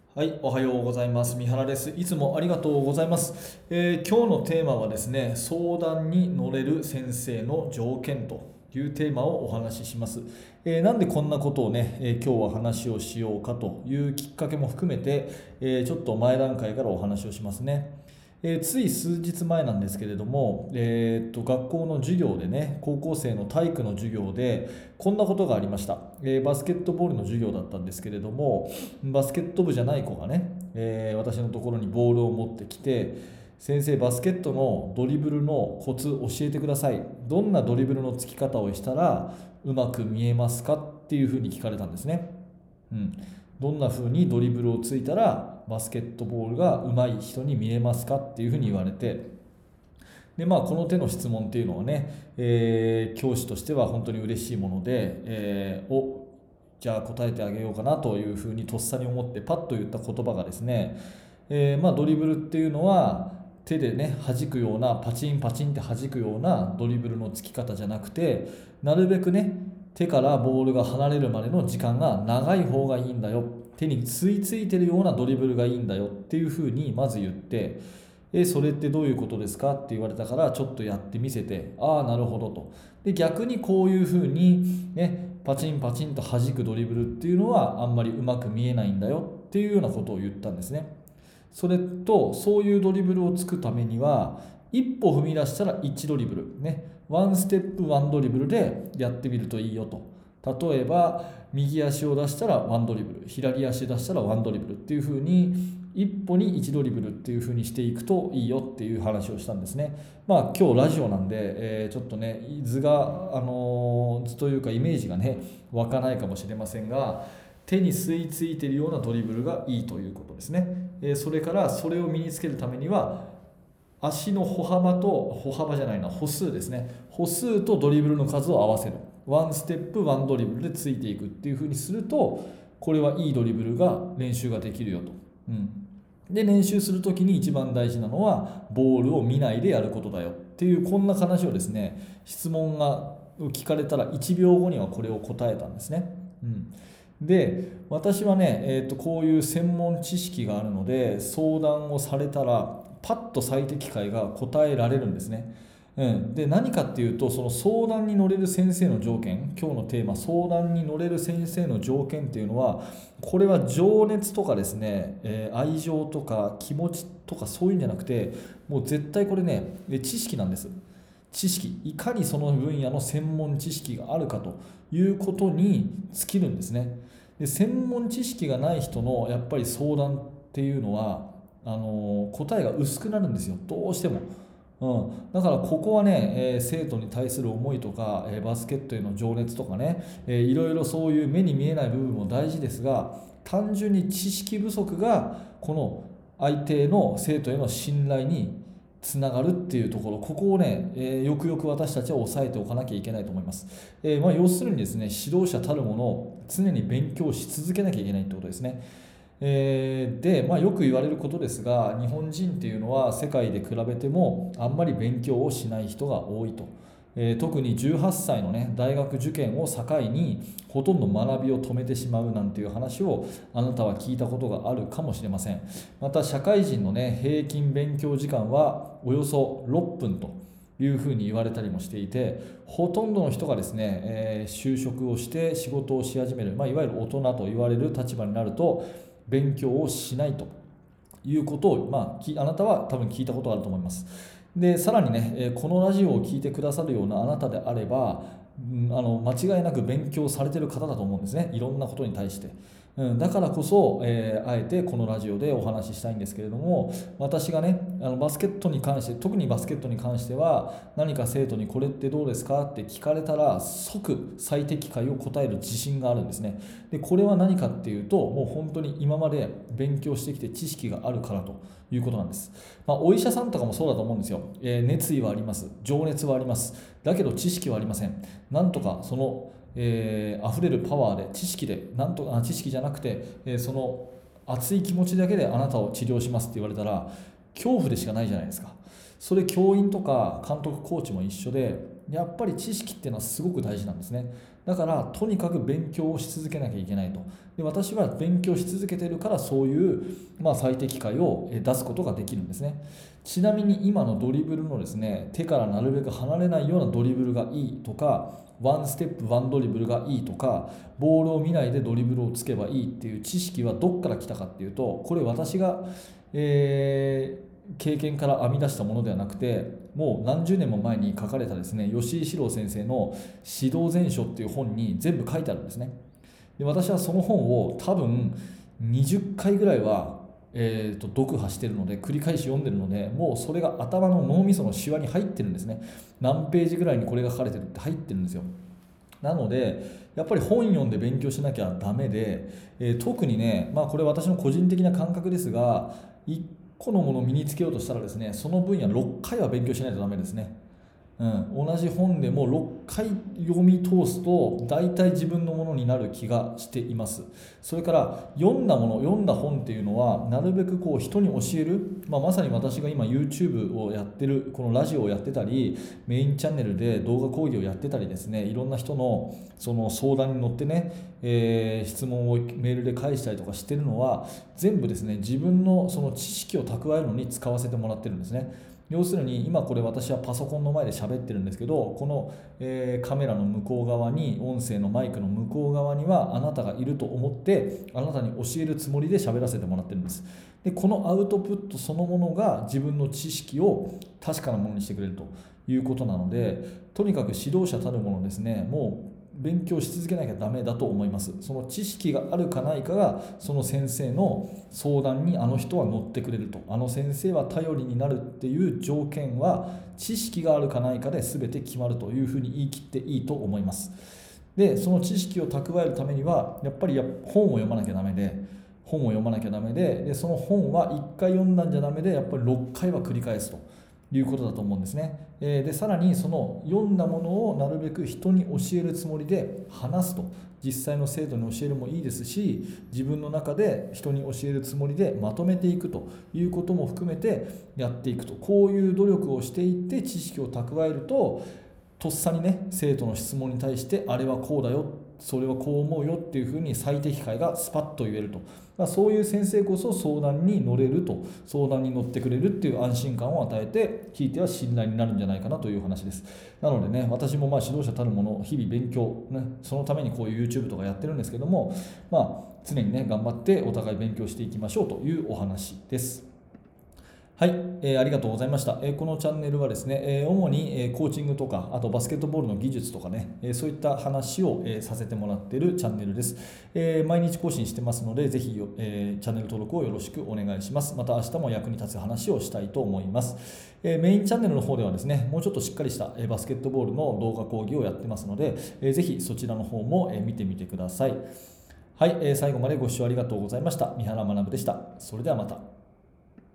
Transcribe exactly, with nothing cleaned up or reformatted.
はい、おはようございます。三原です。いつもありがとうございます。えー今日のテーマはですね、相談に乗れる先生の条件というテーマをお話しします。えーなんでこんなことをね、えー今日は話をしようかというきっかけも含めて、えーちょっと前段階からお話をしますね。えーつい数日前なんですけれども、えーっと学校の授業でね、高校生の体育の授業でこんなことがありました。えーバスケットボールの授業だったんですけれども、バスケット部じゃない子がね、えー私のところにボールを持ってきて、先生、バスケットのドリブルのコツ教えてください。どんなドリブルのつき方をしたらうまく見えますかっていうふうに聞かれたんですね。うん、どんな風にドリブルをついたらバスケットボールが上手い人に見えますかっていうふうに言われて、で、まあ、この手の質問っていうのはね、えー教師としては本当に嬉しいもので、えーおじゃあ答えてあげようかなというふうにとっさに思ってパッと言った言葉がですね、えーまあ、ドリブルっていうのは手でね弾くようなパチンパチンって弾くようなドリブルのつき方じゃなくて、なるべくね手からボールが離れるまでの時間が長い方がいいんだよ、手についついてるようなドリブルがいいんだよっていうふうにまず言って、えそれってどういうことですかって言われたから、ちょっとやってみせて、ああなるほどと。で逆にこういうふうにねパチンパチンと弾くドリブルっていうのはあんまりうまく見えないんだよっていうようなことを言ったんですね。それと、そういうドリブルをつくためには一歩踏み出したらいちドリブルね、ワンステップワンドリブルでやってみるといいよと。例えば右足を出したらワンドリブル、左足出したらワンドリブルっていうふうに一歩にいちドリブルっていうふうにしていくといいよっていう話をしたんですね。まあ今日ラジオなんで、えーちょっとね図が、あのー図というかイメージがね湧かないかもしれませんが、手に吸い付いているようなドリブルがいいということですね。えーそれからそれを身につけるためには足の歩幅と歩幅じゃないな歩数ですね、歩数とドリブルの数を合わせる、ワンステップワンドリブルでついていくっていうふうにすると、これはいいドリブルが練習ができるよと。うん、で練習するときに一番大事なのはボールを見ないでやることだよっていう、こんな話をですね、質問が聞かれたらいちびょうごにはこれを答えたんですね。うん、で私はね、えー、とこういう専門知識があるので、相談をされたらパッと最適解が答えられるんですね。うん、で何かっていうと、その相談に乗れる先生の条件、今日のテーマ相談に乗れる先生の条件っていうのは、これは情熱とかですね、えー愛情とか気持ちとかそういうんじゃなくて、もう絶対これねえ知識なんです。知識、いかにその分野の専門知識があるかということに尽きるんですね。で専門知識がない人のやっぱり相談っていうのはあの答えが薄くなるんですよ、どうしても。うん、だからここはね、えー生徒に対する思いとか、えーバスケットへの情熱とかね、えーいろいろそういう目に見えない部分も大事ですが、単純に知識不足がこの相手の生徒への信頼につながるっていうところ、ここをね、えーよくよく私たちは押さえておかなきゃいけないと思います。えーまあ、要するにですね、指導者たるものを常に勉強し続けなきゃいけないってことですね。えーで、まあ、よく言われることですが、日本人っていうのは世界で比べてもあんまり勉強をしない人が多いと。えー特にじゅうはっさいのね大学受験を境にほとんど学びを止めてしまうなんていう話をあなたは聞いたことがあるかもしれません。また社会人のね平均勉強時間はおよそろっぷんというふうに言われたりもしていて、ほとんどの人がですね、えー就職をして仕事をし始める、まあ、いわゆる大人と言われる立場になると勉強をしないということを、まあ、きあなたは多分聞いたことがあると思います。でさらにね、えーこのラジオを聞いてくださるようなあなたであれば、うんあの間違いなく勉強されている方だと思うんですね、いろんなことに対して。うん、だからこそ、えーあえてこのラジオでお話ししたいんですけれども、私がねあのバスケットに関して、特にバスケットに関しては、何か生徒にこれってどうですかって聞かれたら即最適解を答える自信があるんですね。でこれは何かっていうと、もう本当に今まで勉強してきて知識があるからということなんです。まあ、お医者さんとかもそうだと思うんですよ。えー熱意はあります、情熱はあります、だけど知識はありません。なんとかその、えー溢れるパワーで知識でなんとかあ知識じゃなくて、えーその熱い気持ちだけであなたを治療しますって言われたら恐怖でしかないじゃないですか。それ教員とか監督コーチも一緒で、やっぱり知識っていうのはすごく大事なんですね。 だからとにかく勉強をし続けなきゃいけないと。で私は勉強し続けているからそういう、まあ、最適解を出すことができるんですね。ちなみに今のドリブルのですね、手からなるべく離れないようなドリブルがいいとか、ワンステップワンドリブルがいいとか、ボールを見ないでドリブルをつけばいいっていう知識はどっから来たかっていうと、これ私が、えー経験から編み出したものではなくて、もう何十年も前に書かれたですね、吉井史郎先生の指導全書っていう本に全部書いてあるんですね。で私はその本を多分にじゅっかいぐらいは、えー、と読破してるので、繰り返し読んでるので、もうそれが頭の脳みそのシワに入ってるんですね。何ページぐらいにこれが書かれてるって入ってるんですよ。なのでやっぱり本読んで勉強しなきゃダメで、えー特にね、まあ、これ私の個人的な感覚ですが、いっこのものを身につけようとしたらですね、その分野ろっかいは勉強しないとダメですね。うん、同じ本でもろっかい読み通すと大体自分のものになる気がしています。それから読んだもの、読んだ本っていうのはなるべくこう人に教える、まあ、まさに私が今 YouTube をやってる、このラジオをやってたり、メインチャンネルで動画講義をやってたりですね、いろんな人のその相談に乗ってね、えー質問をメールで返したりとかしてるのは、全部ですね、自分のその知識を蓄えるのに使わせてもらってるんですね。要するに今これ私はパソコンの前で喋ってるんですけど、この、えーカメラの向こう側に、音声のマイクの向こう側にはあなたがいると思ってあなたに教えるつもりで喋らせてもらってるんです。でこのアウトプットそのものが自分の知識を確かなものにしてくれるということなので、とにかく指導者たるものですね、もう勉強し続けなきゃダメだと思います。その知識があるかないかがその先生の相談にあの人は乗ってくれると、あの先生は頼りになるっていう条件は知識があるかないかで全て決まるというふうに言い切っていいと思います。でその知識を蓄えるためにはやっぱりや本を読まなきゃダメで、本を読まなきゃダメで、でその本はいっかい読んだんじゃダメで、やっぱりろっかいは繰り返すということだと思うんですね。えーでさらにその読んだものをなるべく人に教えるつもりで話すと、実際の生徒に教えるもいいですし、自分の中で人に教えるつもりでまとめていくということも含めてやっていくと、こういう努力をしていって知識を蓄えると、とっさにね、生徒の質問に対してあれはこうだよ、それはこう思うよっていうふうに最適解がスパッと言えると、まあ、そういう先生こそ相談に乗れると、相談に乗ってくれるっていう安心感を与えて、ひいては信頼になるんじゃないかなという話です。なのでね、私もまあ指導者たるもの日々勉強、ね、そのためにこういう YouTube とかやってるんですけども、まあ、常にね頑張ってお互い勉強していきましょうというお話です。はい、えーありがとうございました。えーこのチャンネルはですね、えー主に、えーコーチングとか、あとバスケットボールの技術とかね、えーそういった話を、えーさせてもらっているチャンネルです。えー毎日更新してますので、ぜひよ、えーチャンネル登録をよろしくお願いします。また明日も役に立つ話をしたいと思います。えーメインチャンネルの方ではですね、もうちょっとしっかりした、えーバスケットボールの動画講義をやってますので、えーぜひそちらの方も、えー見てみてください。はい、えー最後までご視聴ありがとうございました。三原学でした。それではまた。